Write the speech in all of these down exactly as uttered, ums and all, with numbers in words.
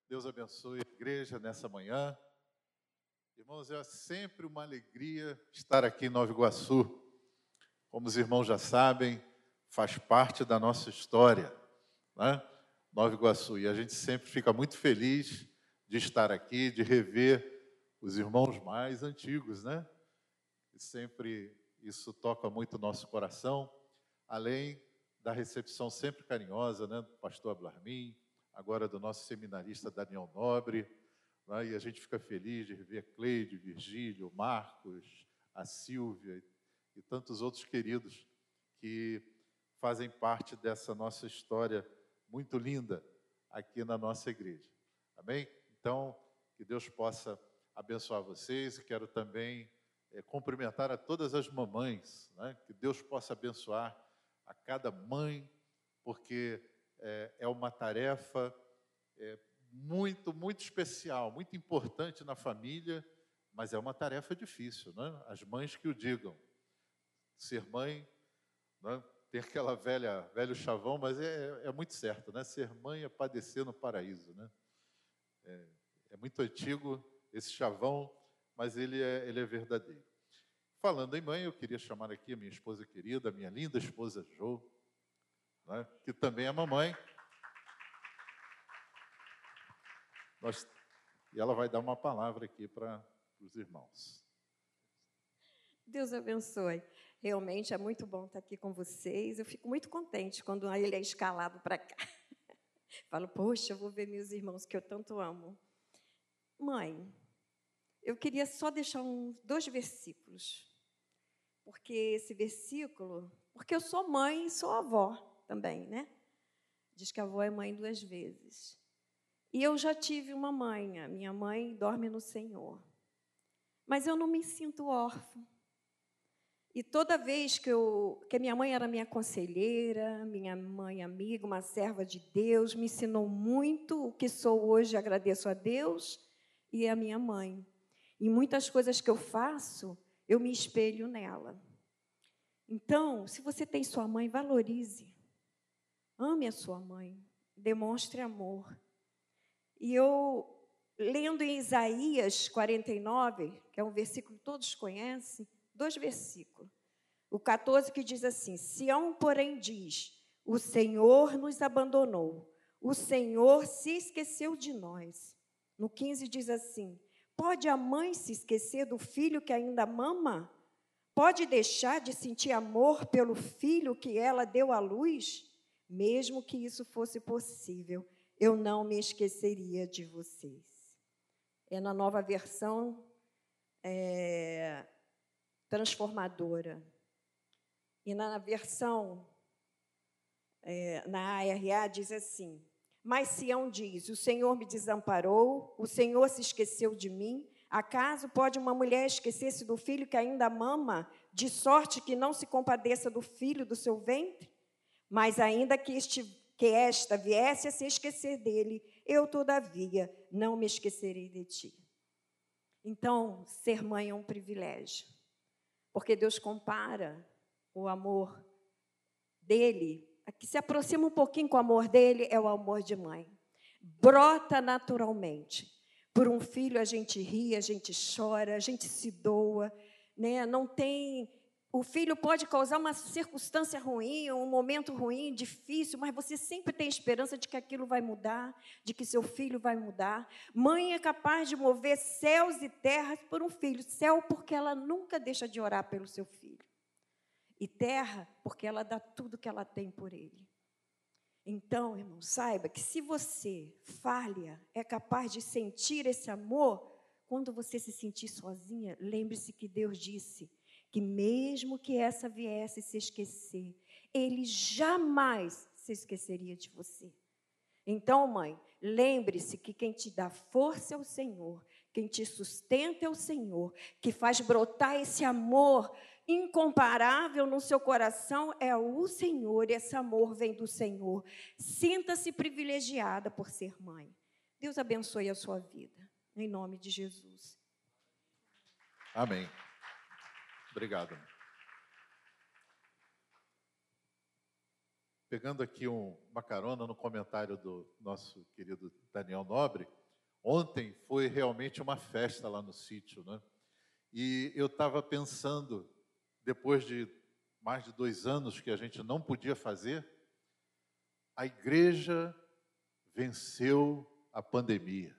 Deus abençoe a igreja nessa manhã. Irmãos, é sempre uma alegria estar aqui em Nova Iguaçu. Como os irmãos já sabem, faz parte da nossa história, né? Nova Iguaçu. E a gente sempre fica muito feliz de estar aqui, de rever os irmãos mais antigos, né? E sempre isso toca muito o nosso coração, além da recepção sempre carinhosa, né, do pastor Ablarmin, agora do nosso seminarista Daniel Nobre, né, e a gente fica feliz de rever Cleide, Virgílio, Marcos, a Silvia e, e tantos outros queridos que fazem parte dessa nossa história muito linda aqui na nossa igreja. Amém? Então, que Deus possa abençoar vocês, e quero também é, cumprimentar a todas as mamães, né? Que Deus possa abençoar a cada mãe, porque é, é uma tarefa é, muito, muito especial, muito importante na família, mas é uma tarefa difícil, né? As mães que o digam. Ser mãe, né? Tem aquela velha, velho chavão, mas é, é muito certo, né? Ser mãe é padecer no paraíso, né? É, é muito antigo esse chavão, mas ele é, ele é verdadeiro. Falando em mãe, eu queria chamar aqui a minha esposa querida, a minha linda esposa Jo, né, que também é mamãe. Nós, e ela vai dar uma palavra aqui para os irmãos. Deus abençoe. Realmente é muito bom estar aqui com vocês. Eu fico muito contente quando ele é escalado para cá. Falo, poxa, eu vou ver meus irmãos que eu tanto amo. Mãe, eu queria só deixar um, dois versículos. Porque esse versículo... Porque eu sou mãe e sou avó também, né? Diz que a avó é mãe duas vezes. E eu já tive uma mãe. A minha mãe dorme no Senhor. Mas eu não me sinto órfã. E toda vez que eu... que minha mãe era minha conselheira, minha mãe amiga, uma serva de Deus, me ensinou muito o que sou hoje, agradeço a Deus e a minha mãe. E muitas coisas que eu faço, eu me espelho nela. Então, se você tem sua mãe, valorize. Ame a sua mãe. Demonstre amor. E eu, lendo em Isaías quarenta e nove, que é um versículo que todos conhecem, dois versículos. O catorze que diz assim, Sião, porém, diz, o Senhor nos abandonou, o Senhor se esqueceu de nós. No quinze diz assim, pode a mãe se esquecer do filho que ainda mama? Pode deixar de sentir amor pelo filho que ela deu à luz? Mesmo que isso fosse possível, eu não me esqueceria de vocês. É na nova versão é, transformadora. E na versão, é, na A R A, diz assim, mas Sião diz, o Senhor me desamparou, o Senhor se esqueceu de mim. Acaso pode uma mulher esquecer-se do filho que ainda mama, de sorte que não se compadeça do filho do seu ventre? Mas ainda que, este, que esta viesse a se esquecer dele, eu, todavia, não me esquecerei de ti. Então, ser mãe é um privilégio, porque Deus compara o amor dele, que se aproxima um pouquinho com o amor dele, é o amor de mãe. Brota naturalmente. Por um filho a gente ri, a gente chora, a gente se doa, né? Não tem... O filho pode causar uma circunstância ruim, um momento ruim, difícil, mas você sempre tem esperança de que aquilo vai mudar, de que seu filho vai mudar. Mãe é capaz de mover céus e terras por um filho. Céu, porque ela nunca deixa de orar pelo seu filho. E terra, porque ela dá tudo que ela tem por ele. Então, irmão, saiba que se você falha, é capaz de sentir esse amor, quando você se sentir sozinha, lembre-se que Deus disse que mesmo que essa viesse se esquecer, Ele jamais se esqueceria de você. Então, mãe, lembre-se que quem te dá força é o Senhor, quem te sustenta é o Senhor, que faz brotar esse amor incomparável no seu coração é o Senhor, e esse amor vem do Senhor. Sinta-se privilegiada por ser mãe. Deus abençoe a sua vida, em nome de Jesus. Amém. Obrigado. Pegando aqui um, uma carona no comentário do nosso querido Daniel Nobre, Ontem foi realmente uma festa lá no sítio, né? E eu estava pensando, depois de mais de dois anos que a gente não podia fazer, a igreja venceu a pandemia.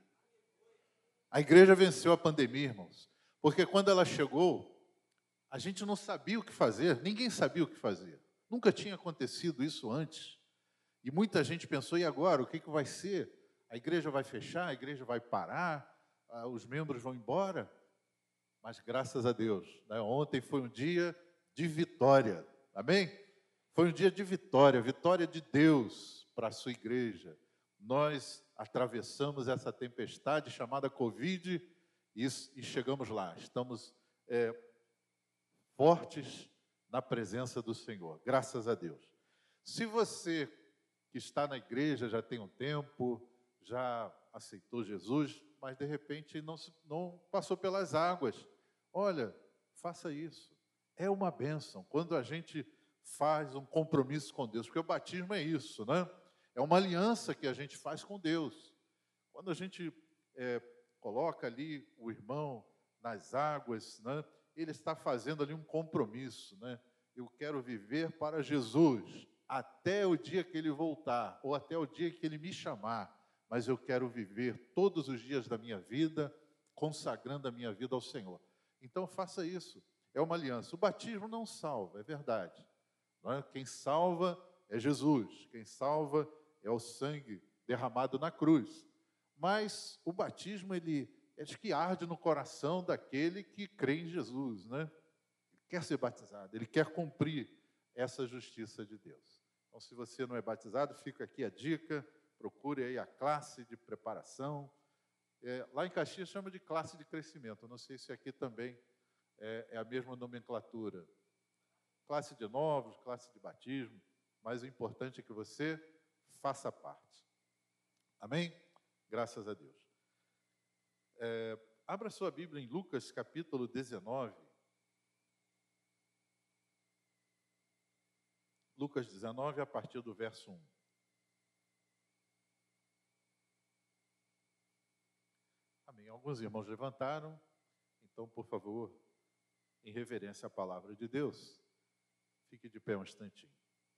A igreja venceu a pandemia, irmãos, porque quando ela chegou, a gente não sabia o que fazer, ninguém sabia o que fazer. Nunca tinha acontecido isso antes. E muita gente pensou, e agora, o que, que vai ser? A igreja vai fechar, a igreja vai parar, ah, os membros vão embora? Mas graças a Deus, né? Ontem foi um dia de vitória, amém? Foi um dia de vitória, vitória de Deus para a sua igreja. Nós atravessamos essa tempestade chamada Covid e, e chegamos lá. Estamos é, fortes na presença do Senhor, graças a Deus. Se você que está na igreja já tem um tempo, já aceitou Jesus, mas de repente não, não passou pelas águas, olha, faça isso. É uma bênção quando a gente faz um compromisso com Deus, porque o batismo é isso, né? É uma aliança que a gente faz com Deus. Quando a gente é, coloca ali o irmão nas águas, né? Ele está fazendo ali um compromisso, né? Eu quero viver para Jesus até o dia que Ele voltar, ou até o dia que Ele me chamar, mas eu quero viver todos os dias da minha vida, consagrando a minha vida ao Senhor. Então faça isso, é uma aliança. O batismo não salva, é verdade. Não é? Quem salva é Jesus, quem salva é o sangue derramado na cruz. Mas o batismo, ele é que arde no coração daquele que crê em Jesus, né? Ele quer ser batizado, ele quer cumprir essa justiça de Deus. Então, se você não é batizado, fica aqui a dica, procure aí a classe de preparação. É, lá em Caxias chama de classe de crescimento, não sei se aqui também é, é a mesma nomenclatura. Classe de novos, classe de batismo, mas o importante é que você faça parte. Amém? Graças a Deus. É, abra sua Bíblia em Lucas capítulo dezenove. Lucas dezenove, a partir do verso um. Amém. Alguns irmãos levantaram, então, por favor, em reverência à palavra de Deus, fique de pé um instantinho.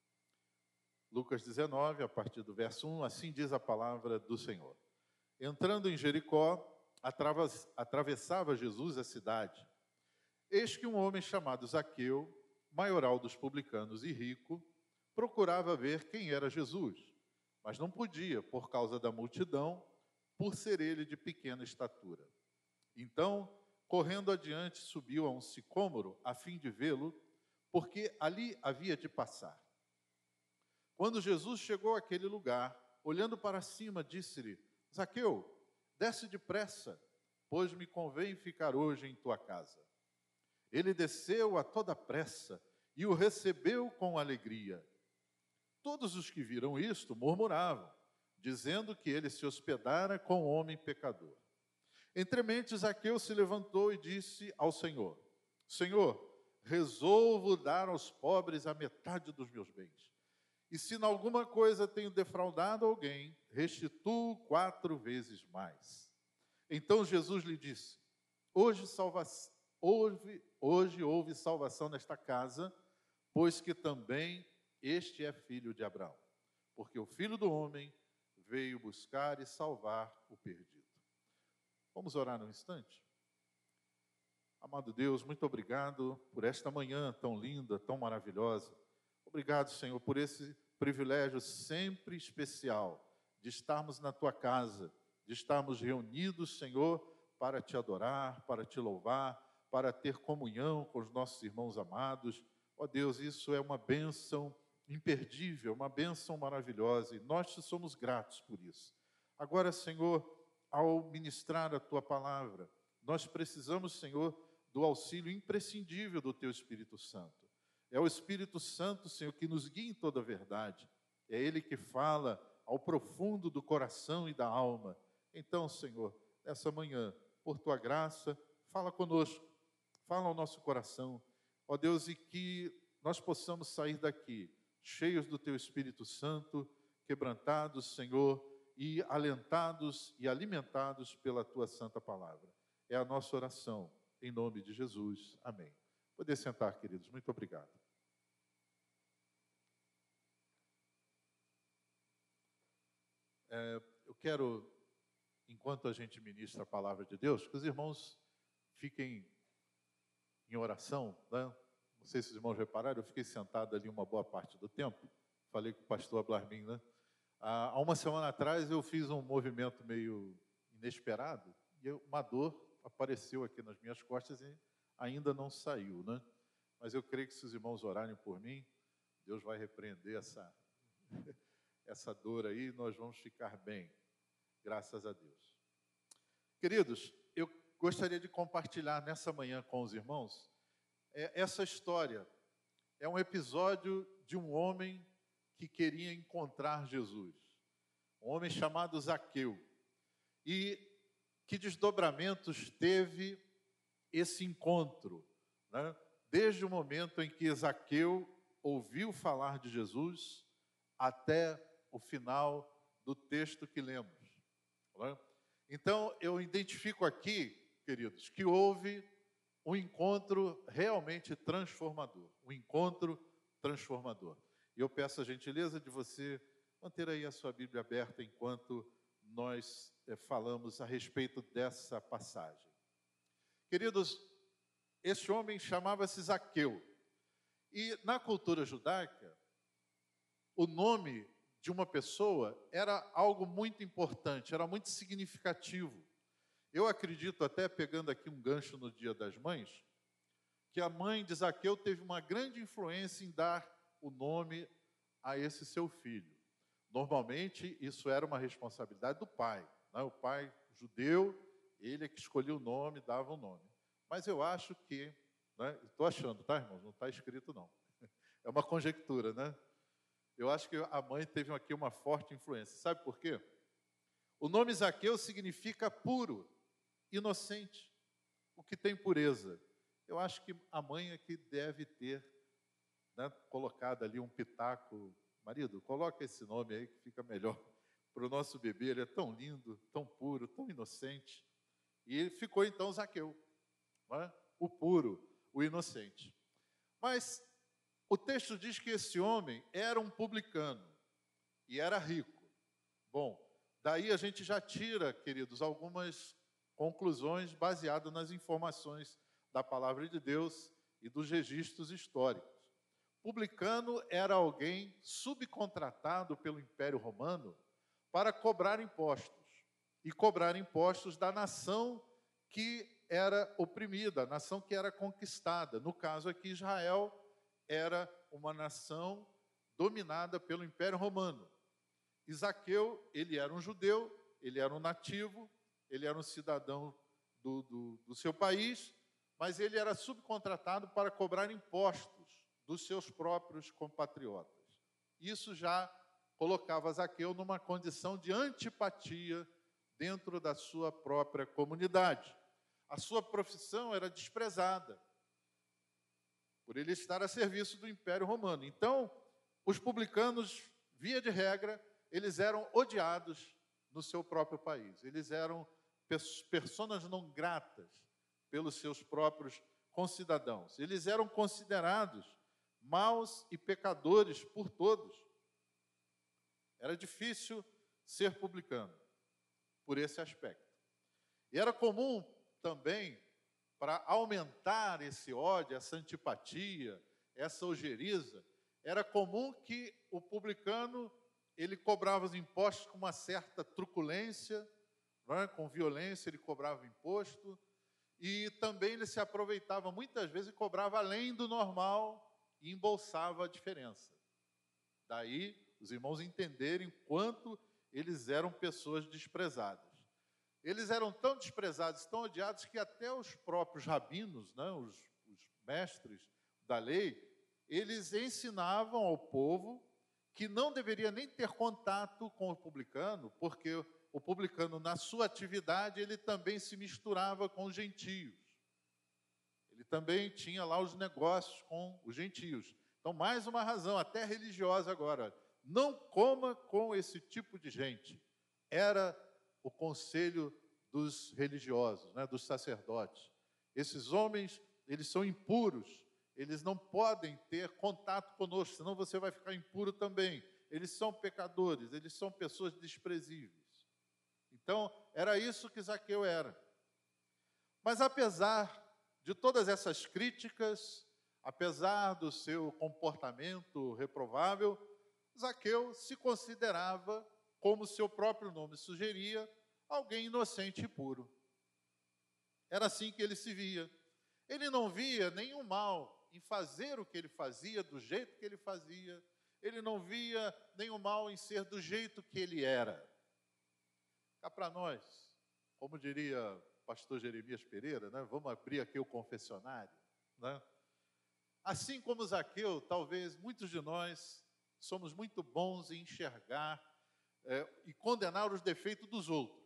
Lucas dezenove, a partir do verso um, assim diz a palavra do Senhor. Entrando em Jericó, atravessava Jesus a cidade. Eis que um homem chamado Zaqueu, maioral dos publicanos e rico, procurava ver quem era Jesus, mas não podia por causa da multidão, por ser ele de pequena estatura. Então, correndo adiante, subiu a um sicômoro a fim de vê-lo, porque ali havia de passar. Quando Jesus chegou àquele lugar, olhando para cima, disse-lhe: Zaqueu, desce depressa, pois me convém ficar hoje em tua casa. Ele desceu a toda pressa e o recebeu com alegria. Todos os que viram isto murmuravam, dizendo que ele se hospedara com um homem pecador. Entremente, Zaqueu se levantou e disse ao Senhor: Senhor, resolvo dar aos pobres a metade dos meus bens. E se em alguma coisa tenho defraudado alguém, restituo quatro vezes mais. Então Jesus lhe disse: Hoje, salva... hoje, hoje houve salvação nesta casa, pois que também este é filho de Abraão. Porque o Filho do Homem veio buscar e salvar o perdido. Vamos orar num instante? Amado Deus, muito obrigado por esta manhã tão linda, tão maravilhosa. Obrigado, Senhor, por esse privilégio sempre especial de estarmos na Tua casa, de estarmos reunidos, Senhor, para Te adorar, para Te louvar, para ter comunhão com os nossos irmãos amados. Ó Deus, isso é uma bênção imperdível, uma bênção maravilhosa, e nós te somos gratos por isso. Agora, Senhor, ao ministrar a Tua palavra, nós precisamos, Senhor, do auxílio imprescindível do Teu Espírito Santo. É o Espírito Santo, Senhor, que nos guia em toda a verdade. É Ele que fala ao profundo do coração e da alma. Então, Senhor, nessa manhã, por Tua graça, fala conosco, fala ao nosso coração. Ó Deus, e que nós possamos sair daqui cheios do Teu Espírito Santo, quebrantados, Senhor, e alentados e alimentados pela tua santa palavra. É a nossa oração, em nome de Jesus. Amém. Poder sentar, queridos. Muito obrigado. É, eu quero, enquanto a gente ministra a palavra de Deus, que os irmãos fiquem em oração, né? Não sei se os irmãos repararam, eu fiquei sentado ali uma boa parte do tempo. Falei com o pastor Ablarmin, né? Há uma semana atrás eu fiz um movimento meio inesperado e uma dor apareceu aqui nas minhas costas e ainda não saiu, né? Mas eu creio que se os irmãos orarem por mim, Deus vai repreender essa, essa dor aí e nós vamos ficar bem, graças a Deus. Queridos, eu gostaria de compartilhar nessa manhã com os irmãos essa história. É um episódio de um homem que queria encontrar Jesus, um homem chamado Zaqueu. E que desdobramentos teve esse encontro, né? Desde o momento em que Zaqueu ouviu falar de Jesus até o final do texto que lemos, né? Então, eu identifico aqui, queridos, que houve um encontro realmente transformador, um encontro transformador. E eu peço a gentileza de você manter aí a sua Bíblia aberta enquanto nós é, falamos a respeito dessa passagem. Queridos, esse homem chamava-se Zaqueu. E na cultura judaica, o nome de uma pessoa era algo muito importante, era muito significativo. Eu acredito, até pegando aqui um gancho no Dia das Mães, que a mãe de Zaqueu teve uma grande influência em dar o nome a esse seu filho. Normalmente, isso era uma responsabilidade do pai, né? O pai judeu, ele é que escolhia o nome, dava o nome. Mas eu acho que, né? Estou achando, tá, irmãos? Não está escrito, não. É uma conjectura, né? Eu acho que a mãe teve aqui uma forte influência. Sabe por quê? O nome Zaqueu significa puro, inocente, o que tem pureza. Eu acho que a mãe é que deve ter, né, colocado ali um pitaco. Marido, coloca esse nome aí que fica melhor para o nosso bebê. Ele é tão lindo, tão puro, tão inocente. E ficou então Zaqueu, né? O puro, o inocente. Mas o texto diz que esse homem era um publicano e era rico. Bom, daí a gente já tira, queridos, algumas conclusões baseadas nas informações da palavra de Deus e dos registros históricos. Publicano era alguém subcontratado pelo Império Romano para cobrar impostos, e cobrar impostos da nação que era oprimida, a nação que era conquistada. No caso aqui, Israel era uma nação dominada pelo Império Romano. E Zaqueu, ele era um judeu, ele era um nativo, ele era um cidadão do, do, do seu país, mas ele era subcontratado para cobrar impostos dos seus próprios compatriotas. Isso já colocava Zaqueu numa condição de antipatia dentro da sua própria comunidade. A sua profissão era desprezada por ele estar a serviço do Império Romano. Então, os publicanos, via de regra, eles eram odiados no seu próprio país. Eles eram personas não gratas pelos seus próprios concidadãos. Eles eram considerados maus e pecadores por todos. Era difícil ser publicano por esse aspecto. E era comum também, para aumentar esse ódio, essa antipatia, essa ojeriza, era comum que o publicano ele cobrava os impostos com uma certa truculência, não é? Com violência ele cobrava o imposto, e também ele se aproveitava muitas vezes e cobrava além do normal e embolsava a diferença. Daí os irmãos entenderem quanto eles eram pessoas desprezadas. Eles eram tão desprezados, tão odiados, que até os próprios rabinos, né, os, os mestres da lei, eles ensinavam ao povo que não deveria nem ter contato com o publicano, porque o publicano, na sua atividade, ele também se misturava com os gentios. Ele também tinha lá os negócios com os gentios. Então, mais uma razão, até religiosa agora, não coma com esse tipo de gente. era o conselho dos religiosos, né, dos sacerdotes. Esses homens, eles são impuros, eles não podem ter contato conosco, senão você vai ficar impuro também. Eles são pecadores, eles são pessoas desprezíveis. Então, era isso que Zaqueu era. Mas apesar de todas essas críticas, apesar do seu comportamento reprovável, Zaqueu se considerava, como seu próprio nome sugeria, alguém inocente e puro. Era assim que ele se via. Ele não via nenhum mal em fazer o que ele fazia, do jeito que ele fazia. Ele não via nenhum mal em ser do jeito que ele era. Cá para nós, como diria o pastor Jeremias Pereira, né? Vamos abrir aqui o confessionário, né? Assim como Zaqueu, talvez muitos de nós somos muito bons em enxergar é, e condenar os defeitos dos outros.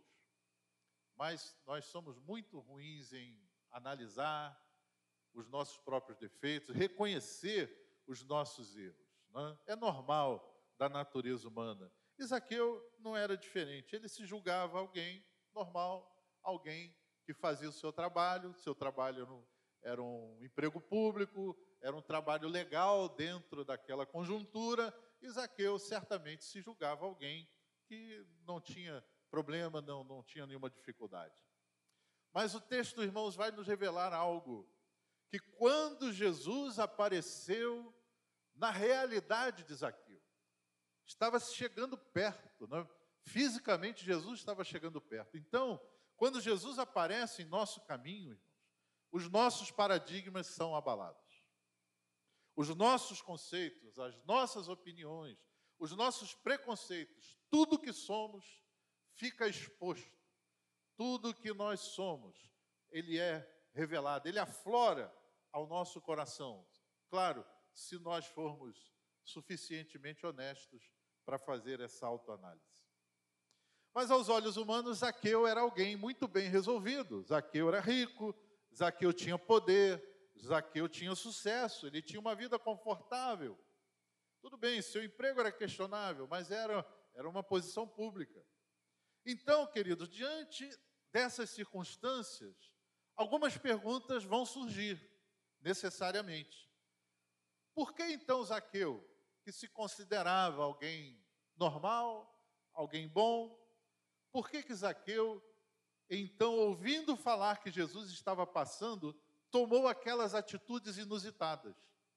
Mas nós somos muito ruins em analisar os nossos próprios defeitos, reconhecer os nossos erros, né? É normal da natureza humana. E Zaqueu não era diferente. Ele se julgava alguém normal, alguém que fazia o seu trabalho. Seu trabalho era um emprego público, era um trabalho legal dentro daquela conjuntura. E Zaqueu certamente se julgava alguém que não tinha problema, não, não tinha nenhuma dificuldade. Mas o texto, irmãos, vai nos revelar algo, que quando Jesus apareceu na realidade de Zaqueu, estava chegando perto, né? Fisicamente Jesus estava chegando perto. Então, quando Jesus aparece em nosso caminho, irmãos, os nossos paradigmas são abalados. Os nossos conceitos, as nossas opiniões, os nossos preconceitos, tudo que somos fica exposto. Tudo que nós somos, ele é revelado, ele aflora ao nosso coração. Claro, se nós formos suficientemente honestos para fazer essa autoanálise. Mas aos olhos humanos, Zaqueu era alguém muito bem resolvido. Zaqueu era rico, Zaqueu tinha poder, Zaqueu tinha sucesso, ele tinha uma vida confortável. Tudo bem, seu emprego era questionável, mas era, era uma posição pública. Então, queridos, diante dessas circunstâncias, algumas perguntas vão surgir, necessariamente. Por que então Zaqueu, que se considerava alguém normal, alguém bom, por que que Zaqueu, então, ouvindo falar que Jesus estava passando, tomou aquelas atitudes inusitadas?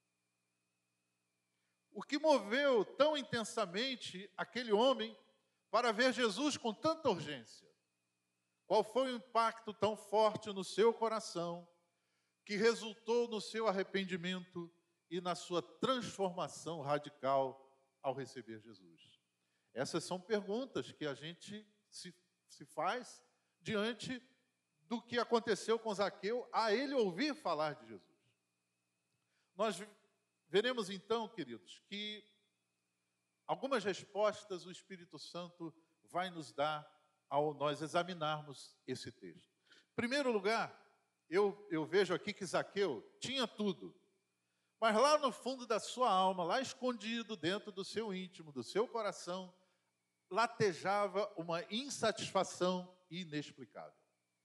O que moveu tão intensamente aquele homem para ver Jesus com tanta urgência? Qual foi o impacto tão forte no seu coração que resultou no seu arrependimento e na sua transformação radical ao receber Jesus? Essas são perguntas que a gente se, se faz diante do que aconteceu com Zaqueu a ele ouvir falar de Jesus. Nós veremos então, queridos, que algumas respostas o Espírito Santo vai nos dar ao nós examinarmos esse texto. Em primeiro lugar, eu, eu vejo aqui que Zaqueu tinha tudo, mas lá no fundo da sua alma, lá escondido dentro do seu íntimo, do seu coração, latejava uma insatisfação inexplicável.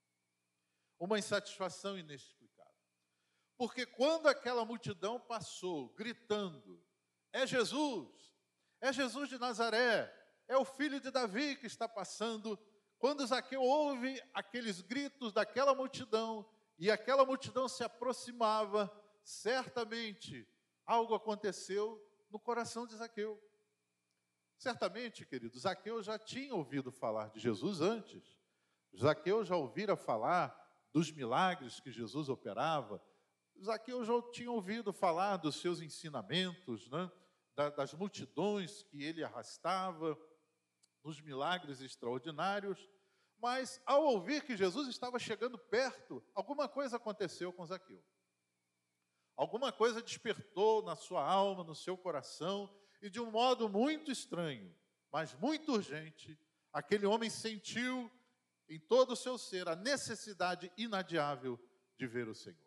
Uma insatisfação inexplicável. Porque quando aquela multidão passou gritando, é Jesus, é Jesus de Nazaré, é o filho de Davi que está passando, quando Zaqueu ouve aqueles gritos daquela multidão, e aquela multidão se aproximava, certamente algo aconteceu no coração de Zaqueu. Certamente, queridos, Zaqueu já tinha ouvido falar de Jesus antes. Zaqueu já ouvira falar dos milagres que Jesus operava. Zaqueu já tinha ouvido falar dos seus ensinamentos, né? Das multidões que ele arrastava, dos milagres extraordinários. Mas, ao ouvir que Jesus estava chegando perto, alguma coisa aconteceu com Zaqueu. Alguma coisa despertou na sua alma, no seu coração, e de um modo muito estranho, mas muito urgente, aquele homem sentiu em todo o seu ser a necessidade inadiável de ver o Senhor.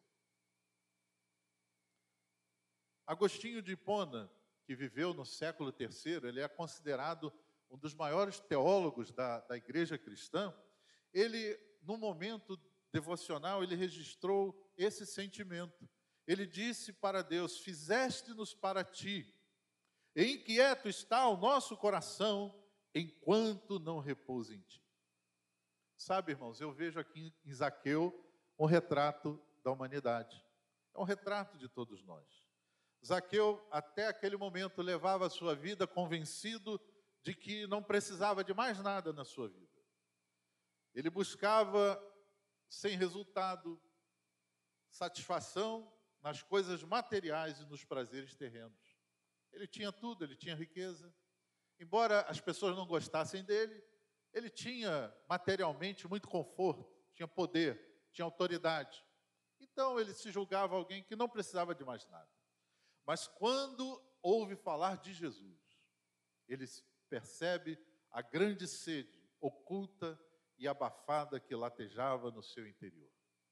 Agostinho de Hipona, que viveu no século terceiro, ele é considerado um dos maiores teólogos da, da igreja cristã, ele, num momento devocional, ele registrou esse sentimento. Ele disse para Deus: fizeste-nos para ti, e inquieto está o nosso coração, enquanto não repousa em ti. Sabe, irmãos, eu vejo aqui em Zaqueu um retrato da humanidade. É um retrato de todos nós. Zaqueu, até aquele momento, levava a sua vida convencido de que não precisava de mais nada na sua vida. Ele buscava, sem resultado, satisfação nas coisas materiais e nos prazeres terrenos. Ele tinha tudo, ele tinha riqueza. Embora as pessoas não gostassem dele, ele tinha materialmente muito conforto, tinha poder, tinha autoridade. Então ele se julgava alguém que não precisava de mais nada. Mas quando ouve falar de Jesus, ele percebe a grande sede oculta e abafada que latejava no seu interior.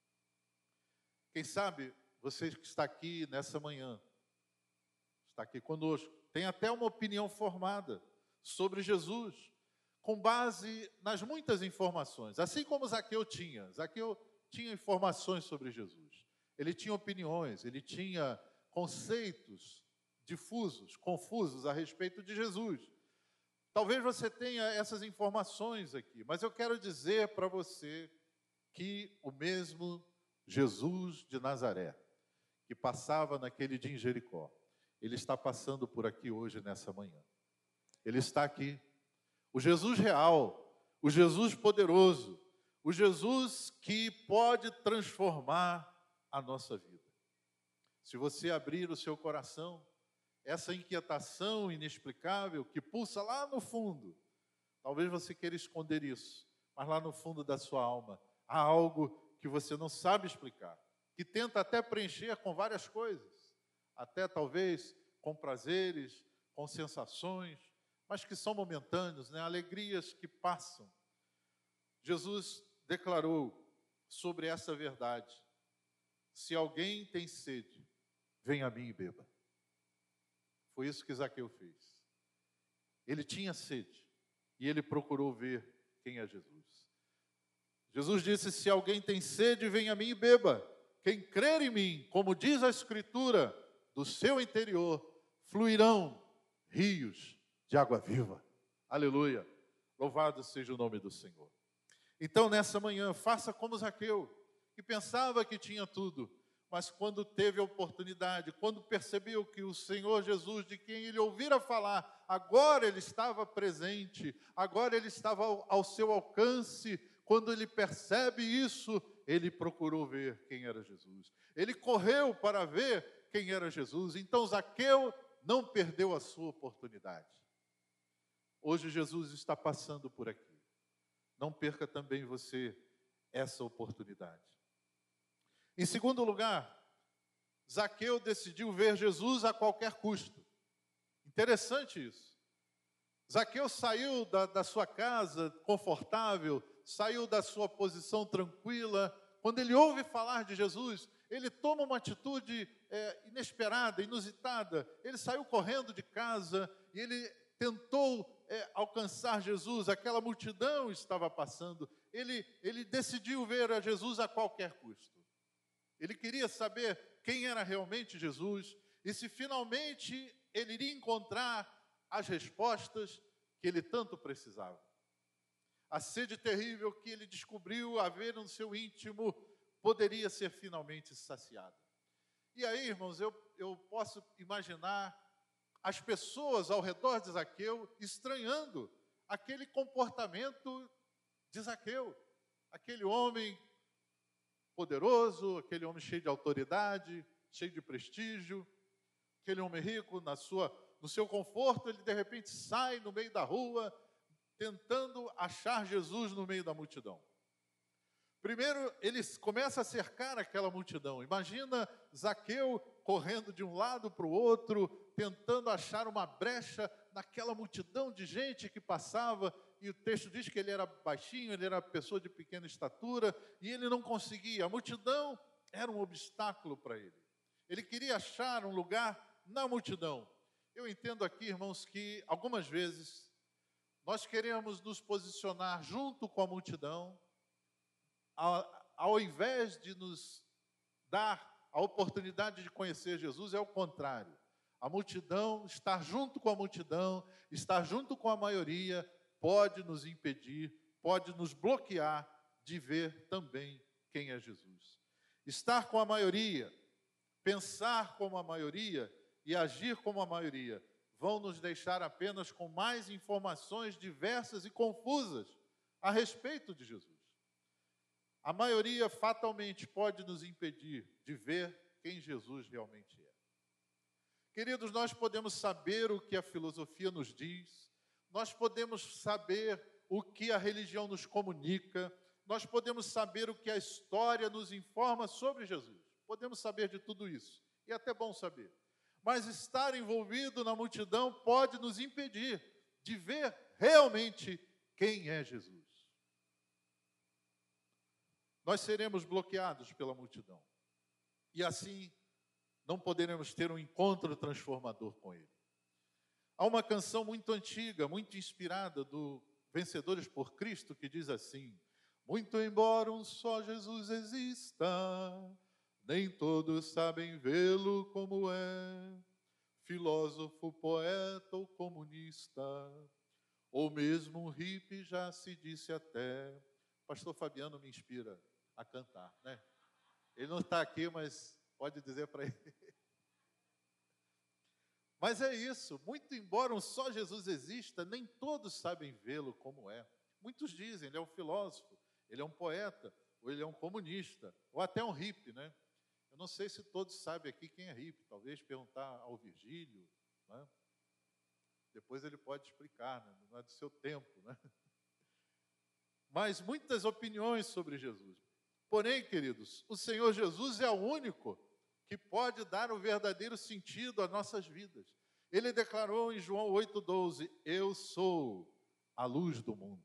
Quem sabe você que está aqui nessa manhã, está aqui conosco, tem até uma opinião formada sobre Jesus, com base nas muitas informações, assim como Zaqueu tinha. Zaqueu tinha informações sobre Jesus, ele tinha opiniões, ele tinha conceitos difusos, confusos a respeito de Jesus. Talvez você tenha essas informações aqui, mas eu quero dizer para você que o mesmo Jesus de Nazaré, que passava naquele dia em Jericó, ele está passando por aqui hoje, nessa manhã. Ele está aqui. O Jesus real, o Jesus poderoso, o Jesus que pode transformar a nossa vida. Se você abrir o seu coração, essa inquietação inexplicável que pulsa lá no fundo, talvez você queira esconder isso, mas lá no fundo da sua alma há algo que você não sabe explicar, que tenta até preencher com várias coisas, até talvez com prazeres, com sensações, mas que são momentâneos, né? Alegrias que passam. Jesus declarou sobre essa verdade: se alguém tem sede, venha a mim e beba. Foi isso que Zaqueu fez. Ele tinha sede e ele procurou ver quem é Jesus. Jesus disse: se alguém tem sede, venha a mim e beba. Quem crer em mim, como diz a Escritura, do seu interior fluirão rios de água viva. Aleluia. Louvado seja o nome do Senhor. Então, nessa manhã, faça como Zaqueu, que pensava que tinha tudo, mas quando teve a oportunidade, quando percebeu que o Senhor Jesus, de quem ele ouvira falar, agora ele estava presente, agora ele estava ao, ao seu alcance, quando ele percebe isso, ele procurou ver quem era Jesus. Ele correu para ver quem era Jesus. Então Zaqueu não perdeu a sua oportunidade. Hoje Jesus está passando por aqui. Não perca também você essa oportunidade. Em segundo lugar, Zaqueu decidiu ver Jesus a qualquer custo. Interessante isso. Zaqueu saiu da, da sua casa confortável, saiu da sua posição tranquila. Quando ele ouve falar de Jesus, ele toma uma atitude é, inesperada, inusitada. Ele saiu correndo de casa e ele tentou é, alcançar Jesus. Aquela multidão estava passando. Ele, ele decidiu ver a Jesus a qualquer custo. Ele queria saber quem era realmente Jesus e se finalmente ele iria encontrar as respostas que ele tanto precisava. A sede terrível que ele descobriu haver no seu íntimo poderia ser finalmente saciada. E aí, irmãos, eu, eu posso imaginar as pessoas ao redor de Zaqueu estranhando aquele comportamento de Zaqueu, aquele homem poderoso, aquele homem cheio de autoridade, cheio de prestígio, aquele homem rico na sua, no seu conforto, ele de repente sai no meio da rua, tentando achar Jesus no meio da multidão. Primeiro, ele começa a cercar aquela multidão. Imagina Zaqueu correndo de um lado para o outro, tentando achar uma brecha naquela multidão de gente que passava. E o texto diz que ele era baixinho, ele era pessoa de pequena estatura, e ele não conseguia. A multidão era um obstáculo para ele. Ele queria achar um lugar na multidão. Eu entendo aqui, irmãos, que algumas vezes nós queremos nos posicionar junto com a multidão, ao, ao invés de nos dar a oportunidade de conhecer Jesus, é o contrário. A multidão, estar junto com a multidão, estar junto com a maioria, pode nos impedir, pode nos bloquear de ver também quem é Jesus. Estar com a maioria, pensar como a maioria e agir como a maioria vão nos deixar apenas com mais informações diversas e confusas a respeito de Jesus. A maioria fatalmente pode nos impedir de ver quem Jesus realmente é. Queridos, nós podemos saber o que a filosofia nos diz, nós podemos saber o que a religião nos comunica, nós podemos saber o que a história nos informa sobre Jesus. Podemos saber de tudo isso, e é até bom saber. Mas estar envolvido na multidão pode nos impedir de ver realmente quem é Jesus. Nós seremos bloqueados pela multidão. E assim, não poderemos ter um encontro transformador com Ele. Há uma canção muito antiga, muito inspirada, do Vencedores por Cristo, que diz assim: muito embora um só Jesus exista, nem todos sabem vê-lo como é, filósofo, poeta ou comunista, ou mesmo um hippie, já se disse até. Pastor Fabiano me inspira a cantar, né? Ele não está aqui, mas pode dizer para ele. Mas é isso, muito embora um só Jesus exista, nem todos sabem vê-lo como é. Muitos dizem, ele é um filósofo, ele é um poeta, ou ele é um comunista, ou até um hippie, né? Eu não sei se todos sabem aqui quem é hippie, talvez perguntar ao Virgílio, né? Depois ele pode explicar, né? Não é do seu tempo, né? Mas muitas opiniões sobre Jesus. Porém, queridos, o Senhor Jesus é o único que pode dar o verdadeiro sentido às nossas vidas. Ele declarou em João oito, doze, eu sou a luz do mundo.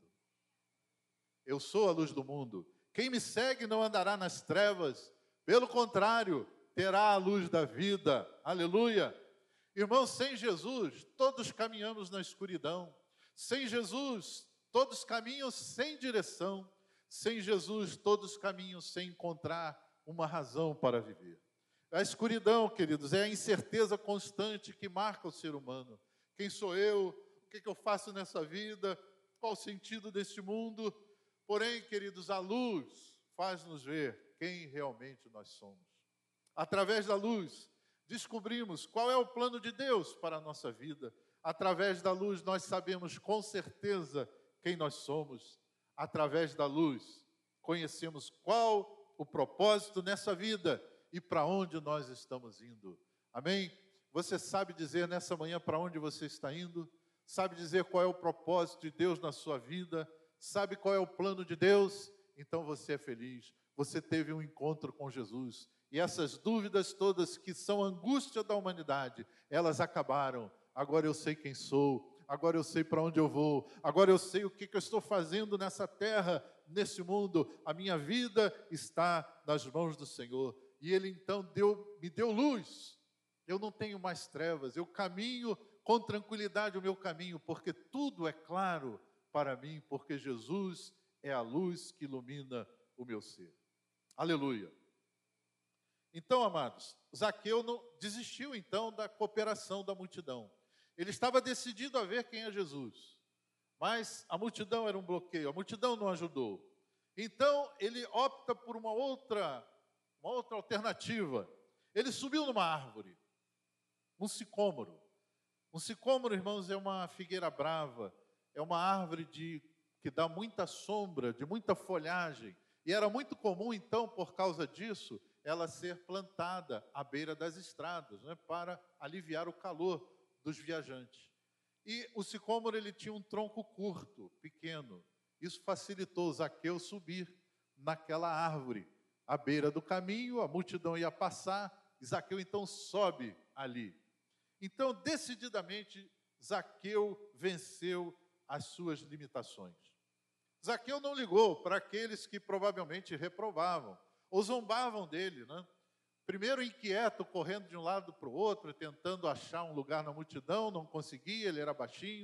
Eu sou a luz do mundo. Quem me segue não andará nas trevas, pelo contrário, terá a luz da vida. Aleluia! Irmãos, sem Jesus, todos caminhamos na escuridão. Sem Jesus, todos caminham sem direção. Sem Jesus, todos caminham sem encontrar uma razão para viver. A escuridão, queridos, é a incerteza constante que marca o ser humano. Quem sou eu? O que, que eu faço nessa vida? Qual o sentido deste mundo? Porém, queridos, a luz faz-nos ver quem realmente nós somos. Através da luz, descobrimos qual é o plano de Deus para a nossa vida. Através da luz, nós sabemos com certeza quem nós somos. Através da luz, conhecemos qual o propósito nessa vida e para onde nós estamos indo. Amém? Você sabe dizer nessa manhã para onde você está indo? Sabe dizer qual é o propósito de Deus na sua vida? Sabe qual é o plano de Deus? Então você é feliz. Você teve um encontro com Jesus. E essas dúvidas todas que são angústia da humanidade, elas acabaram. Agora eu sei quem sou. Agora eu sei para onde eu vou, agora eu sei o que, que eu estou fazendo nessa terra, nesse mundo. A minha vida está nas mãos do Senhor. E Ele então deu, me deu luz. Eu não tenho mais trevas, eu caminho com tranquilidade o meu caminho, porque tudo é claro para mim, porque Jesus é a luz que ilumina o meu ser. Aleluia. Então, amados, Zaqueu não, desistiu então da cooperação da multidão. Ele estava decidido a ver quem é Jesus, mas a multidão era um bloqueio, a multidão não ajudou. Então, ele opta por uma outra, uma outra alternativa. Ele subiu numa árvore, um sicômoro. Um sicômoro, irmãos, é uma figueira brava, é uma árvore de, que dá muita sombra, de muita folhagem. E era muito comum, então, por causa disso, ela ser plantada à beira das estradas, né, para aliviar o calor dos viajantes. E o sicômoro, ele tinha um tronco curto, pequeno. Isso facilitou Zaqueu subir naquela árvore. À beira do caminho, a multidão ia passar, e Zaqueu então sobe ali. Então, decididamente, Zaqueu venceu as suas limitações. Zaqueu não ligou para aqueles que provavelmente reprovavam, ou zombavam dele, né? Primeiro inquieto, correndo de um lado para o outro, tentando achar um lugar na multidão, não conseguia, ele era baixinho.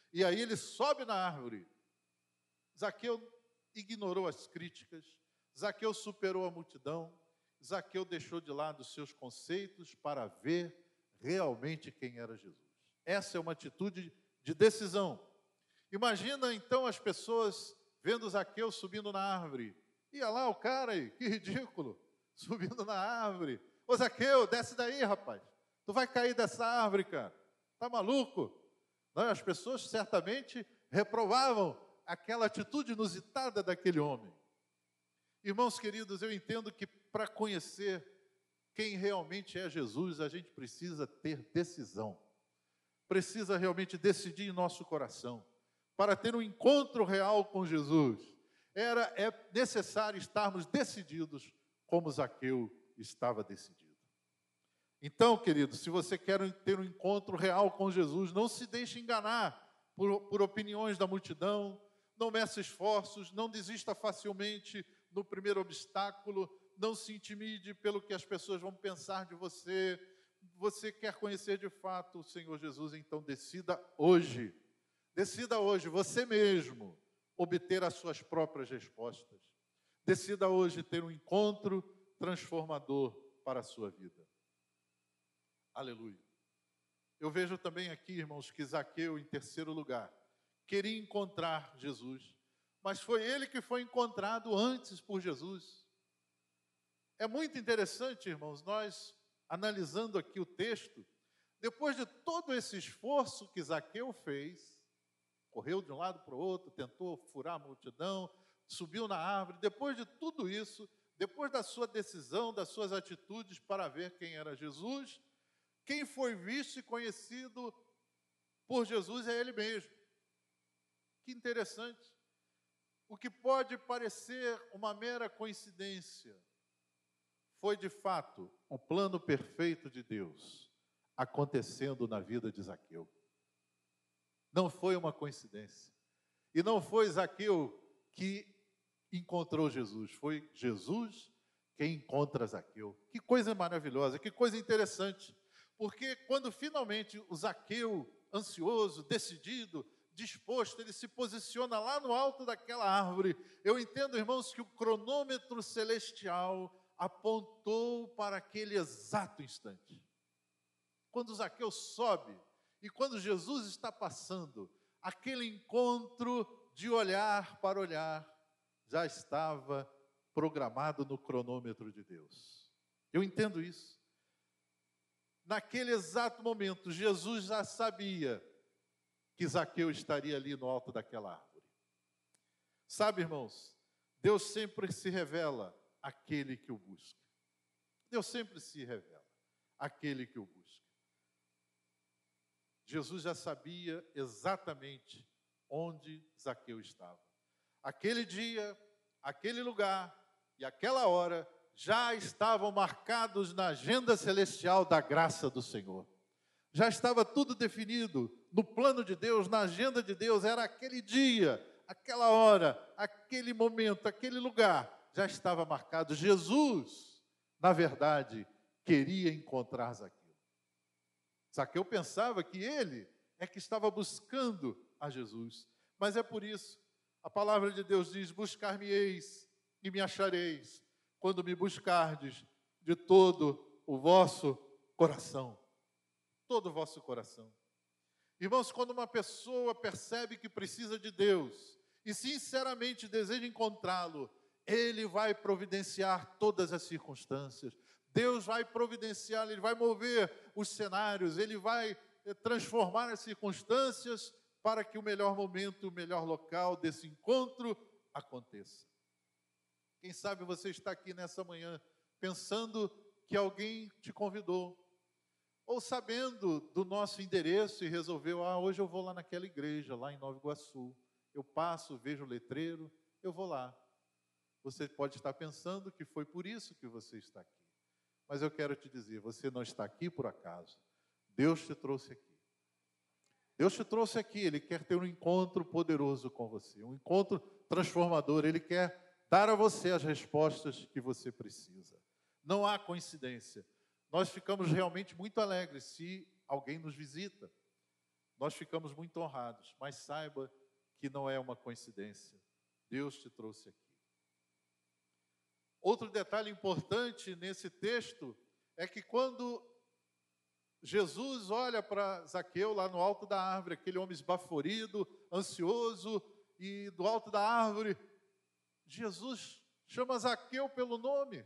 E aí ele sobe na árvore. Zaqueu ignorou as críticas, Zaqueu superou a multidão, Zaqueu deixou de lado os seus conceitos para ver realmente quem era Jesus. Essa é uma atitude de decisão. Imagina então as pessoas vendo Zaqueu subindo na árvore. Ia lá o cara aí, que ridículo, subindo na árvore. Ô Zaqueu, desce daí, rapaz. Tu vai cair dessa árvore, cara. Tá maluco? Não, as pessoas certamente reprovavam aquela atitude inusitada daquele homem. Irmãos queridos, eu entendo que para conhecer quem realmente é Jesus, a gente precisa ter decisão. Precisa realmente decidir em nosso coração. Para ter um encontro real com Jesus, era, é necessário estarmos decididos como Zaqueu estava decidido. Então, queridos, se você quer ter um encontro real com Jesus, não se deixe enganar por, por opiniões da multidão, não meça esforços, não desista facilmente no primeiro obstáculo, não se intimide pelo que as pessoas vão pensar de você. Você quer conhecer de fato o Senhor Jesus, então decida hoje. Decida hoje, você mesmo, obter as suas próprias respostas. Decida hoje ter um encontro transformador para a sua vida. Aleluia. Eu vejo também aqui, irmãos, que Zaqueu, em terceiro lugar, queria encontrar Jesus, mas foi ele que foi encontrado antes por Jesus. É muito interessante, irmãos, nós analisando aqui o texto, depois de todo esse esforço que Zaqueu fez, correu de um lado para o outro, tentou furar a multidão, subiu na árvore, depois de tudo isso, depois da sua decisão, das suas atitudes para ver quem era Jesus, quem foi visto e conhecido por Jesus é ele mesmo. Que interessante. O que pode parecer uma mera coincidência, foi de fato um plano perfeito de Deus acontecendo na vida de Zaqueu. Não foi uma coincidência. E não foi Zaqueu que encontrou Jesus, foi Jesus quem encontra Zaqueu. Que coisa maravilhosa, que coisa interessante. Porque quando finalmente o Zaqueu, ansioso, decidido, disposto, ele se posiciona lá no alto daquela árvore, eu entendo, irmãos, que o cronômetro celestial apontou para aquele exato instante. Quando Zaqueu sobe e quando Jesus está passando, aquele encontro de olhar para olhar já estava programado no cronômetro de Deus. Eu entendo isso. Naquele exato momento, Jesus já sabia que Zaqueu estaria ali no alto daquela árvore. Sabe, irmãos, Deus sempre se revela àquele que o busca. Deus sempre se revela àquele que o busca. Jesus já sabia exatamente onde Zaqueu estava. Aquele dia, aquele lugar e aquela hora já estavam marcados na agenda celestial da graça do Senhor. Já estava tudo definido no plano de Deus, na agenda de Deus. Era aquele dia, aquela hora, aquele momento, aquele lugar, já estava marcado. Jesus, na verdade, queria encontrar Zaqueu. Zaqueu pensava que ele é que estava buscando a Jesus. Mas é por isso, a palavra de Deus diz: buscar-me-eis e me achareis, quando me buscardes de todo o vosso coração. Todo o vosso coração. Irmãos, quando uma pessoa percebe que precisa de Deus e sinceramente deseja encontrá-lo, Ele vai providenciar todas as circunstâncias. Deus vai providenciar, Ele vai mover os cenários, Ele vai transformar as circunstâncias para que o melhor momento, o melhor local desse encontro aconteça. Quem sabe você está aqui nessa manhã pensando que alguém te convidou, ou sabendo do nosso endereço e resolveu: ah, hoje eu vou lá naquela igreja, lá em Nova Iguaçu. Eu passo, vejo o letreiro, eu vou lá. Você pode estar pensando que foi por isso que você está aqui. Mas eu quero te dizer, você não está aqui por acaso. Deus te trouxe aqui. Deus te trouxe aqui, Ele quer ter um encontro poderoso com você, um encontro transformador. Ele quer dar a você as respostas que você precisa. Não há coincidência. Nós ficamos realmente muito alegres se alguém nos visita. nós ficamos muito honrados, mas saiba que não é uma coincidência. Deus te trouxe aqui. Outro detalhe importante nesse texto é que quando Jesus olha para Zaqueu lá no alto da árvore, aquele homem esbaforido, ansioso, e do alto da árvore, Jesus chama Zaqueu pelo nome.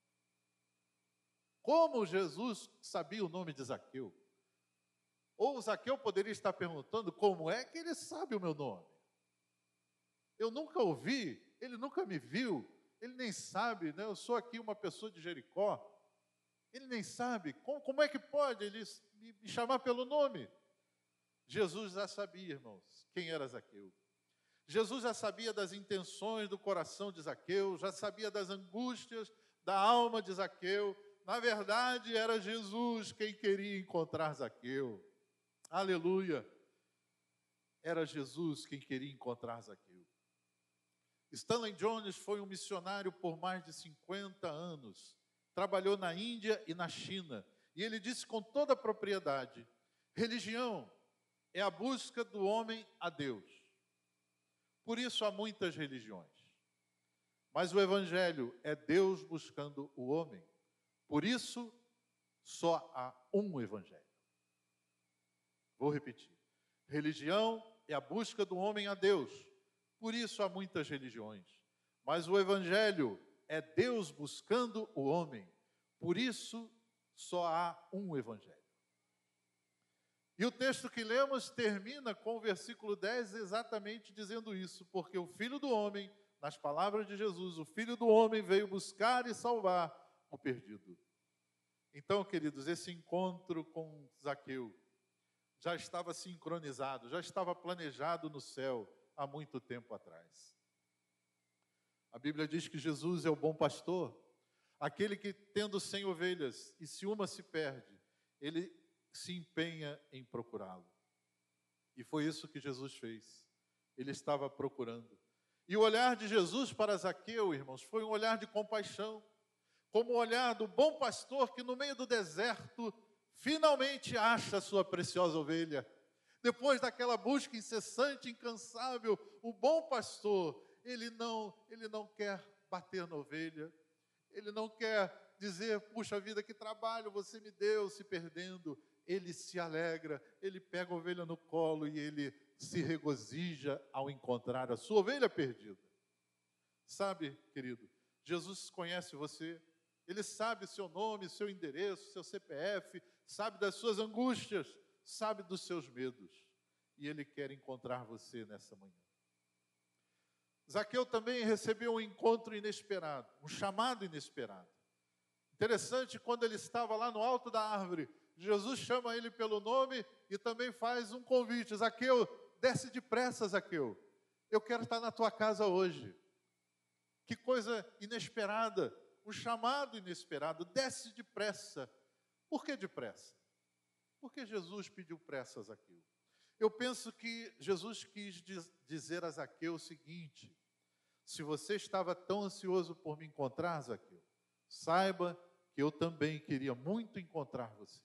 Como Jesus sabia o nome de Zaqueu? Ou Zaqueu poderia estar perguntando, como é que ele sabe o meu nome? Eu nunca ouvi, ele nunca me viu, ele nem sabe, né? Eu sou aqui uma pessoa de Jericó, ele nem sabe, como, como é que pode ele me, me chamar pelo nome? Jesus já sabia, irmãos, quem era Zaqueu. Jesus já sabia das intenções do coração de Zaqueu, já sabia das angústias da alma de Zaqueu. Na verdade, era Jesus quem queria encontrar Zaqueu. Aleluia! Era Jesus quem queria encontrar Zaqueu. Stanley Jones foi um missionário por mais de cinquenta anos. Trabalhou na Índia e na China. E ele disse com toda a propriedade: religião é a busca do homem a Deus. Por isso há muitas religiões. Mas o Evangelho é Deus buscando o homem. Por isso, só há um Evangelho. Vou repetir. Religião é a busca do homem a Deus. Por isso há muitas religiões. Mas o Evangelho é Deus buscando o homem. Por isso, só há um Evangelho. E o texto que lemos termina com o versículo dez exatamente dizendo isso, porque o Filho do Homem, nas palavras de Jesus, o Filho do Homem veio buscar e salvar o perdido. Então, queridos, esse encontro com Zaqueu já estava sincronizado, já estava planejado no céu há muito tempo atrás. A Bíblia diz que Jesus é o bom pastor, aquele que, tendo cem ovelhas, e se uma se perde, ele se empenha em procurá-lo. E foi isso que Jesus fez. Ele estava procurando. E o olhar de Jesus para Zaqueu, irmãos, foi um olhar de compaixão, como o olhar do bom pastor que no meio do deserto finalmente acha a sua preciosa ovelha. Depois daquela busca incessante, incansável, o bom pastor, ele não, ele não quer bater na ovelha, ele não quer dizer, puxa vida, que trabalho você me deu se perdendo. Ele se alegra, ele pega a ovelha no colo e ele se regozija ao encontrar a sua ovelha perdida. Sabe, querido, Jesus conhece você, ele sabe seu nome, seu endereço, seu C P F, sabe das suas angústias, sabe dos seus medos, e ele quer encontrar você nessa manhã. Zaqueu também recebeu um encontro inesperado, um chamado inesperado. Interessante, quando ele estava lá no alto da árvore, Jesus chama ele pelo nome e também faz um convite. Zaqueu, desce depressa, Zaqueu. Eu quero estar na tua casa hoje. Que coisa inesperada, um chamado inesperado. Desce depressa. Por que depressa? Porque Jesus pediu pressa a Zaqueu. Eu penso que Jesus quis dizer a Zaqueu o seguinte: se você estava tão ansioso por me encontrar, Zaqueu, saiba que eu também queria muito encontrar você.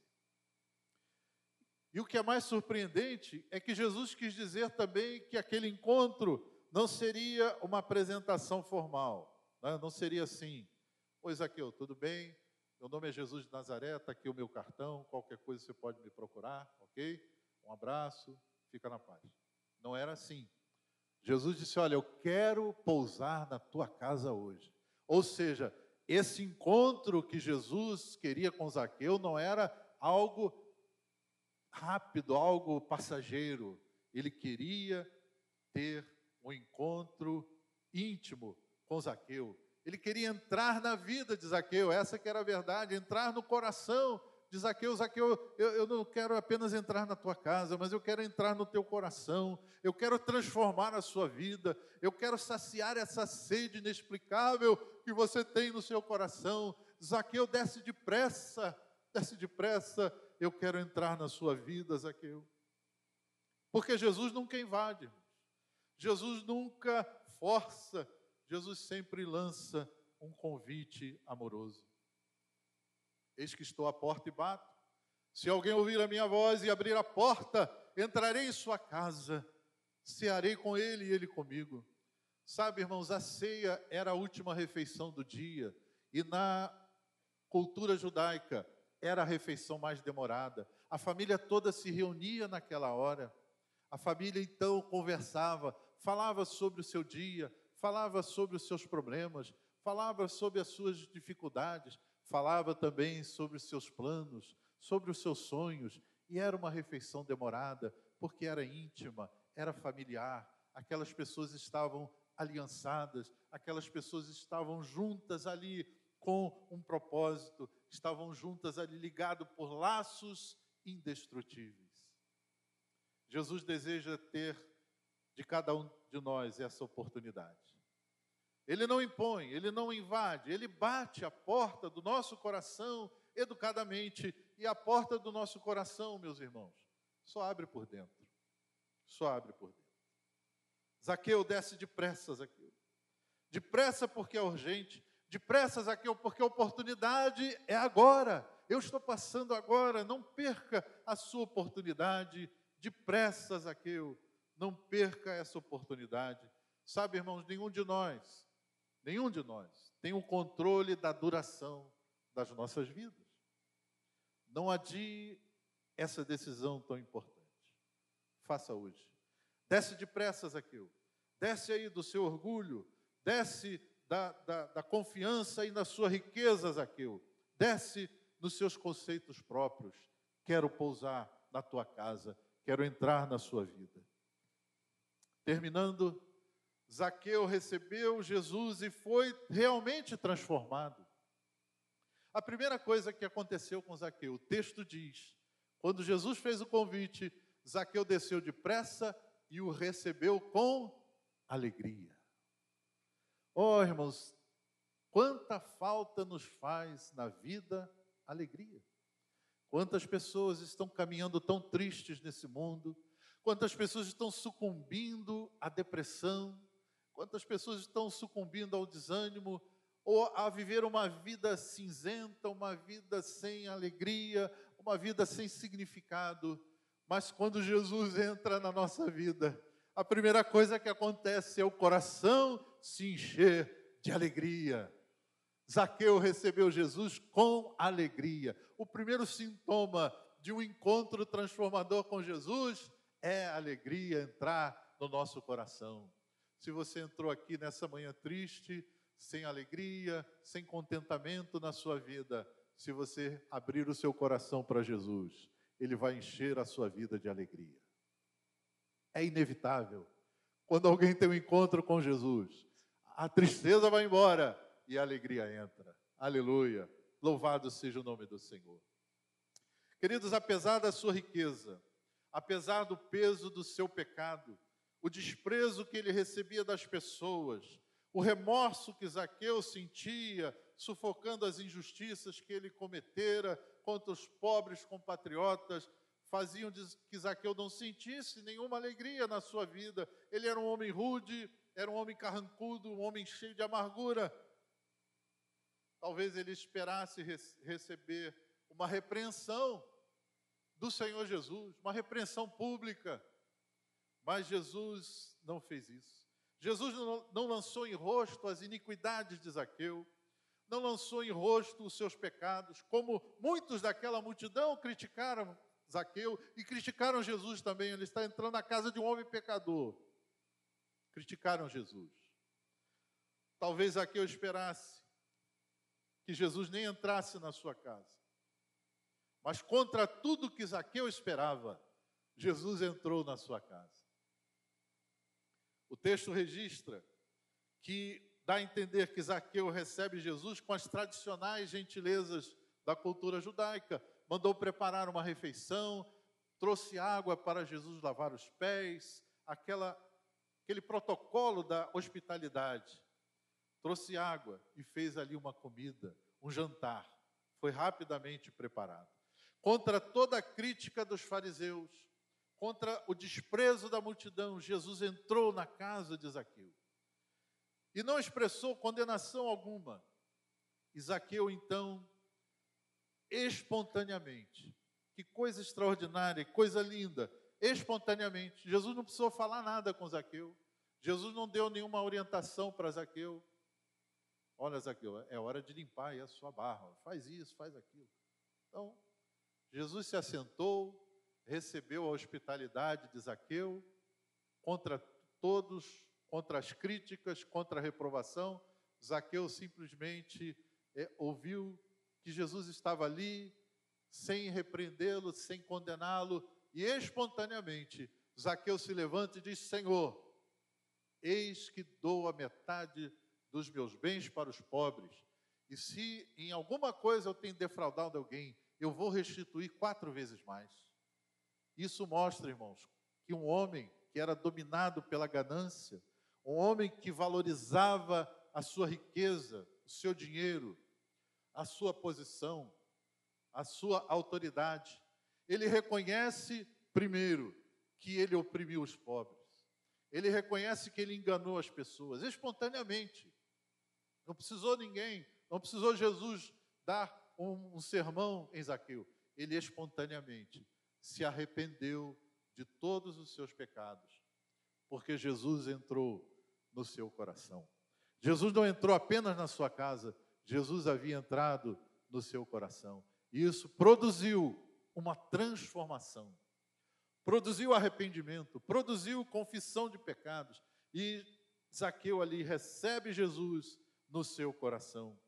E o que é mais surpreendente é que Jesus quis dizer também que aquele encontro não seria uma apresentação formal, né? Não seria assim: oi, Zaqueu, tudo bem? Meu nome é Jesus de Nazaré, está aqui o meu cartão, qualquer coisa você pode me procurar, ok? Um abraço, fica na paz. Não era assim. Jesus disse: olha, eu quero pousar na tua casa hoje. Ou seja, esse encontro que Jesus queria com Zaqueu não era algo rápido, algo passageiro. Ele queria ter um encontro íntimo com Zaqueu. Ele queria entrar na vida de Zaqueu, essa que era a verdade, entrar no coração de Zaqueu. Zaqueu, eu, eu não quero apenas entrar na tua casa, mas eu quero entrar no teu coração, eu quero transformar a sua vida, eu quero saciar essa sede inexplicável que você tem no seu coração. Zaqueu, desce depressa, desce depressa, eu quero entrar na sua vida, Zaqueu. Porque Jesus nunca invade, Jesus nunca força, Jesus sempre lança um convite amoroso. Eis que estou à porta e bato. Se alguém ouvir a minha voz e abrir a porta, entrarei em sua casa, cearei com ele e ele comigo. Sabe, irmãos, a ceia era a última refeição do dia, e na cultura judaica era a refeição mais demorada. A família toda se reunia naquela hora. A família então conversava, falava sobre o seu dia, falava sobre os seus problemas, falava sobre as suas dificuldades, falava também sobre os seus planos, sobre os seus sonhos, e era uma refeição demorada, porque era íntima, era familiar, aquelas pessoas estavam aliançadas, aquelas pessoas estavam juntas ali com um propósito, estavam juntas ali ligadas por laços indestrutíveis. Jesus deseja ter de cada um de nós essa oportunidade. Ele não impõe, ele não invade, ele bate a porta do nosso coração educadamente, e a porta do nosso coração, meus irmãos, só abre por dentro, só abre por dentro. Zaqueu, desce depressa, Zaqueu, depressa porque é urgente, depressa, Zaqueu, porque a oportunidade é agora, eu estou passando agora, não perca a sua oportunidade, depressa, Zaqueu, não perca essa oportunidade. Sabe, irmãos, nenhum de nós, nenhum de nós tem o controle da duração das nossas vidas. Não adie essa decisão tão importante. Faça hoje. Desce depressa, Zaqueu. Desce aí do seu orgulho. Desce da, da, da confiança e na sua riqueza, Zaqueu. Desce nos seus conceitos próprios. Quero pousar na tua casa. Quero entrar na sua vida. Terminando, Zaqueu recebeu Jesus e foi realmente transformado. A primeira coisa que aconteceu com Zaqueu, o texto diz, quando Jesus fez o convite, Zaqueu desceu depressa e o recebeu com alegria. Oh, irmãos, quanta falta nos faz na vida alegria. Quantas pessoas estão caminhando tão tristes nesse mundo, quantas pessoas estão sucumbindo à depressão, quantas pessoas estão sucumbindo ao desânimo, ou a viver uma vida cinzenta, uma vida sem alegria, uma vida sem significado. Mas quando Jesus entra na nossa vida, a primeira coisa que acontece é o coração se encher de alegria. Zaqueu recebeu Jesus com alegria. O primeiro sintoma de um encontro transformador com Jesus é a alegria entrar no nosso coração. Se você entrou aqui nessa manhã triste, sem alegria, sem contentamento na sua vida, se você abrir o seu coração para Jesus, Ele vai encher a sua vida de alegria. É inevitável. Quando alguém tem um encontro com Jesus, a tristeza vai embora e a alegria entra. Aleluia. Louvado seja o nome do Senhor. Queridos, apesar da sua riqueza, apesar do peso do seu pecado, o desprezo que ele recebia das pessoas, o remorso que Zaqueu sentia, sufocando as injustiças que ele cometera contra os pobres compatriotas, faziam que Zaqueu não sentisse nenhuma alegria na sua vida. Ele era um homem rude, era um homem carrancudo, um homem cheio de amargura. Talvez ele esperasse receber uma repreensão do Senhor Jesus, uma repreensão pública, mas Jesus não fez isso. Jesus não lançou em rosto as iniquidades de Zaqueu, não lançou em rosto os seus pecados, como muitos daquela multidão criticaram Zaqueu e criticaram Jesus também. Ele está entrando na casa de um homem pecador. Criticaram Jesus. Talvez Zaqueu esperasse que Jesus nem entrasse na sua casa. Mas contra tudo que Zaqueu esperava, Jesus entrou na sua casa. O texto registra que dá a entender que Zaqueu recebe Jesus com as tradicionais gentilezas da cultura judaica. Mandou preparar uma refeição, trouxe água para Jesus lavar os pés, aquela, aquele protocolo da hospitalidade. Trouxe água e fez ali uma comida, um jantar. Foi rapidamente preparado. Contra toda a crítica dos fariseus, contra o desprezo da multidão, Jesus entrou na casa de Zaqueu e não expressou condenação alguma. E Zaqueu, então, espontaneamente, que coisa extraordinária, coisa linda, espontaneamente. Jesus não precisou falar nada com Zaqueu. Jesus não deu nenhuma orientação para Zaqueu. Olha, Zaqueu, é hora de limpar aí a sua barra. Faz isso, faz aquilo. Então, Jesus se assentou, recebeu a hospitalidade de Zaqueu, contra todos, contra as críticas, contra a reprovação. Zaqueu simplesmente é, ouviu que Jesus estava ali, sem repreendê-lo, sem condená-lo, e espontaneamente Zaqueu se levanta e diz: Senhor, eis que dou a metade dos meus bens para os pobres, e se em alguma coisa eu tenho defraudado alguém, eu vou restituir quatro vezes mais. Isso mostra, irmãos, que um homem que era dominado pela ganância, um homem que valorizava a sua riqueza, o seu dinheiro, a sua posição, a sua autoridade, ele reconhece, primeiro, que ele oprimiu os pobres. Ele reconhece que ele enganou as pessoas, espontaneamente. Não precisou ninguém, não precisou Jesus dar um, um sermão em Zaqueu. Ele espontaneamente se arrependeu de todos os seus pecados, porque Jesus entrou no seu coração. Jesus não entrou apenas na sua casa, Jesus havia entrado no seu coração. E isso produziu uma transformação, produziu arrependimento, produziu confissão de pecados. E Zaqueu ali recebe Jesus no seu coração.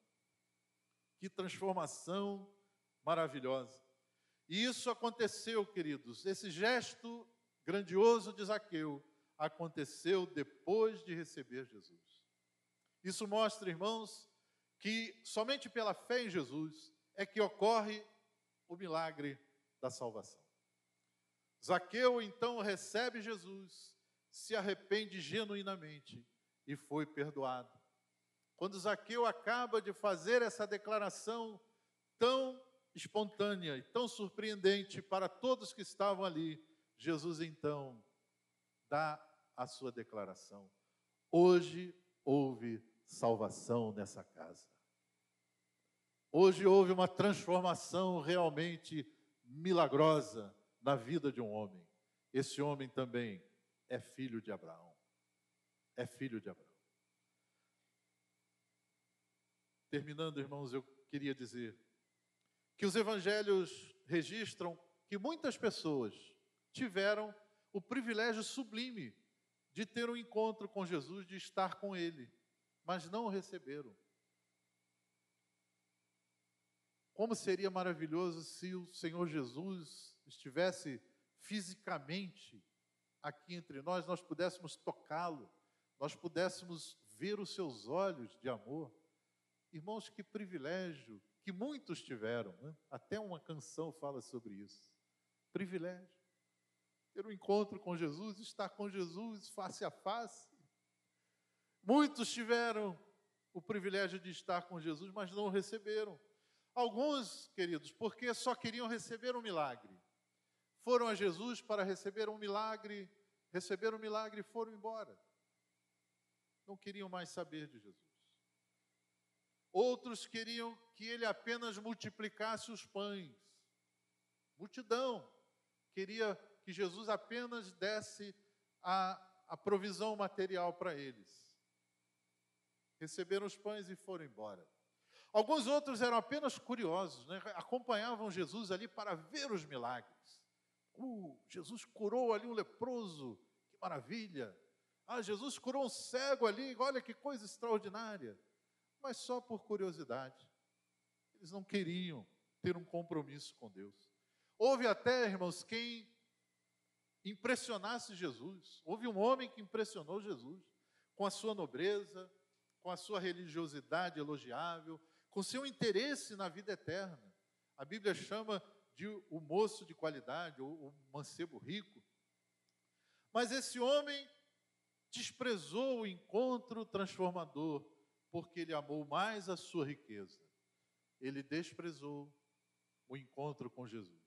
Que transformação maravilhosa. E isso aconteceu, queridos, esse gesto grandioso de Zaqueu aconteceu depois de receber Jesus. Isso mostra, irmãos, que somente pela fé em Jesus é que ocorre o milagre da salvação. Zaqueu, então, recebe Jesus, se arrepende genuinamente e foi perdoado. Quando Zaqueu acaba de fazer essa declaração tão espontânea e tão surpreendente para todos que estavam ali, Jesus, então, dá a sua declaração. Hoje houve salvação nessa casa. Hoje houve uma transformação realmente milagrosa na vida de um homem. Esse homem também é filho de Abraão. É filho de Abraão. Terminando, irmãos, eu queria dizer que os evangelhos registram que muitas pessoas tiveram o privilégio sublime de ter um encontro com Jesus, de estar com Ele, mas não o receberam. Como seria maravilhoso se o Senhor Jesus estivesse fisicamente aqui entre nós, nós pudéssemos tocá-lo, nós pudéssemos ver os seus olhos de amor. Irmãos, que privilégio que muitos tiveram, né? Até uma canção fala sobre isso. Privilégio. Ter um encontro com Jesus, estar com Jesus face a face. Muitos tiveram o privilégio de estar com Jesus, mas não o receberam. Alguns, queridos, porque só queriam receber um milagre. Foram a Jesus para receber um milagre, receberam um milagre e foram embora. Não queriam mais saber de Jesus. Outros queriam que ele apenas multiplicasse os pães. Multidão queria que Jesus apenas desse a, a provisão material para eles. Receberam os pães e foram embora. Alguns outros eram apenas curiosos, né? Acompanhavam Jesus ali para ver os milagres. Uh, Jesus curou ali um leproso, que maravilha. Ah, Jesus curou um cego ali, olha que coisa extraordinária. Mas só por curiosidade. Eles não queriam ter um compromisso com Deus. Houve até, irmãos, quem impressionasse Jesus. Houve um homem que impressionou Jesus com a sua nobreza, com a sua religiosidade elogiável, com seu interesse na vida eterna. A Bíblia chama de o moço de qualidade, ou o mancebo rico. Mas esse homem desprezou o encontro transformador, porque ele amou mais a sua riqueza. Ele desprezou o encontro com Jesus.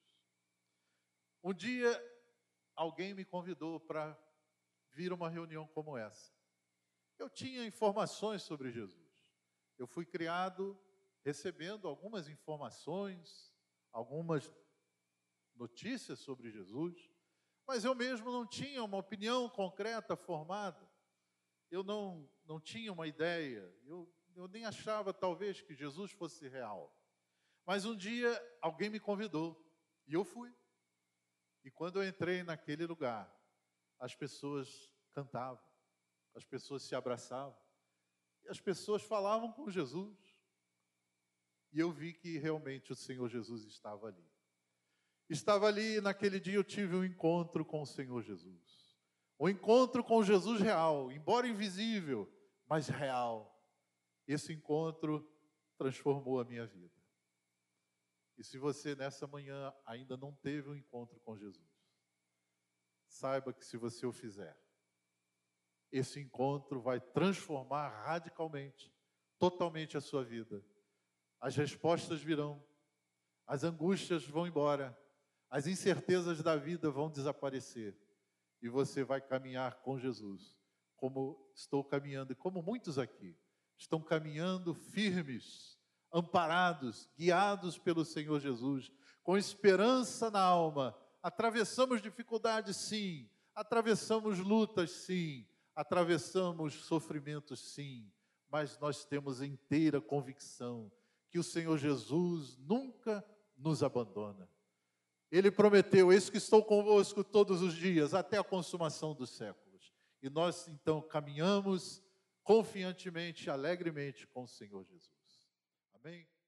Um dia, alguém me convidou para vir a uma reunião como essa. Eu tinha informações sobre Jesus. Eu fui criado recebendo algumas informações, algumas notícias sobre Jesus, mas eu mesmo não tinha uma opinião concreta, formada. Eu não, não tinha uma ideia, eu, eu nem achava talvez que Jesus fosse real. Mas um dia alguém me convidou e eu fui. E quando eu entrei naquele lugar, as pessoas cantavam, as pessoas se abraçavam, e as pessoas falavam com Jesus. E eu vi que realmente o Senhor Jesus estava ali. Estava ali, naquele dia eu tive um encontro com o Senhor Jesus. Um encontro com Jesus real, embora invisível, mas real. Esse encontro transformou a minha vida. E se você nessa manhã ainda não teve um encontro com Jesus, saiba que se você o fizer, esse encontro vai transformar radicalmente, totalmente a sua vida. As respostas virão, as angústias vão embora, as incertezas da vida vão desaparecer e você vai caminhar com Jesus, como estou caminhando e como muitos aqui estão caminhando firmes, amparados, guiados pelo Senhor Jesus, com esperança na alma. Atravessamos dificuldades, sim, atravessamos lutas, sim, atravessamos sofrimentos, sim, mas nós temos inteira convicção que o Senhor Jesus nunca nos abandona. Ele prometeu: eis que estou convosco todos os dias, até a consumação dos séculos. E nós, então, caminhamos confiantemente, alegremente com o Senhor Jesus. Amém?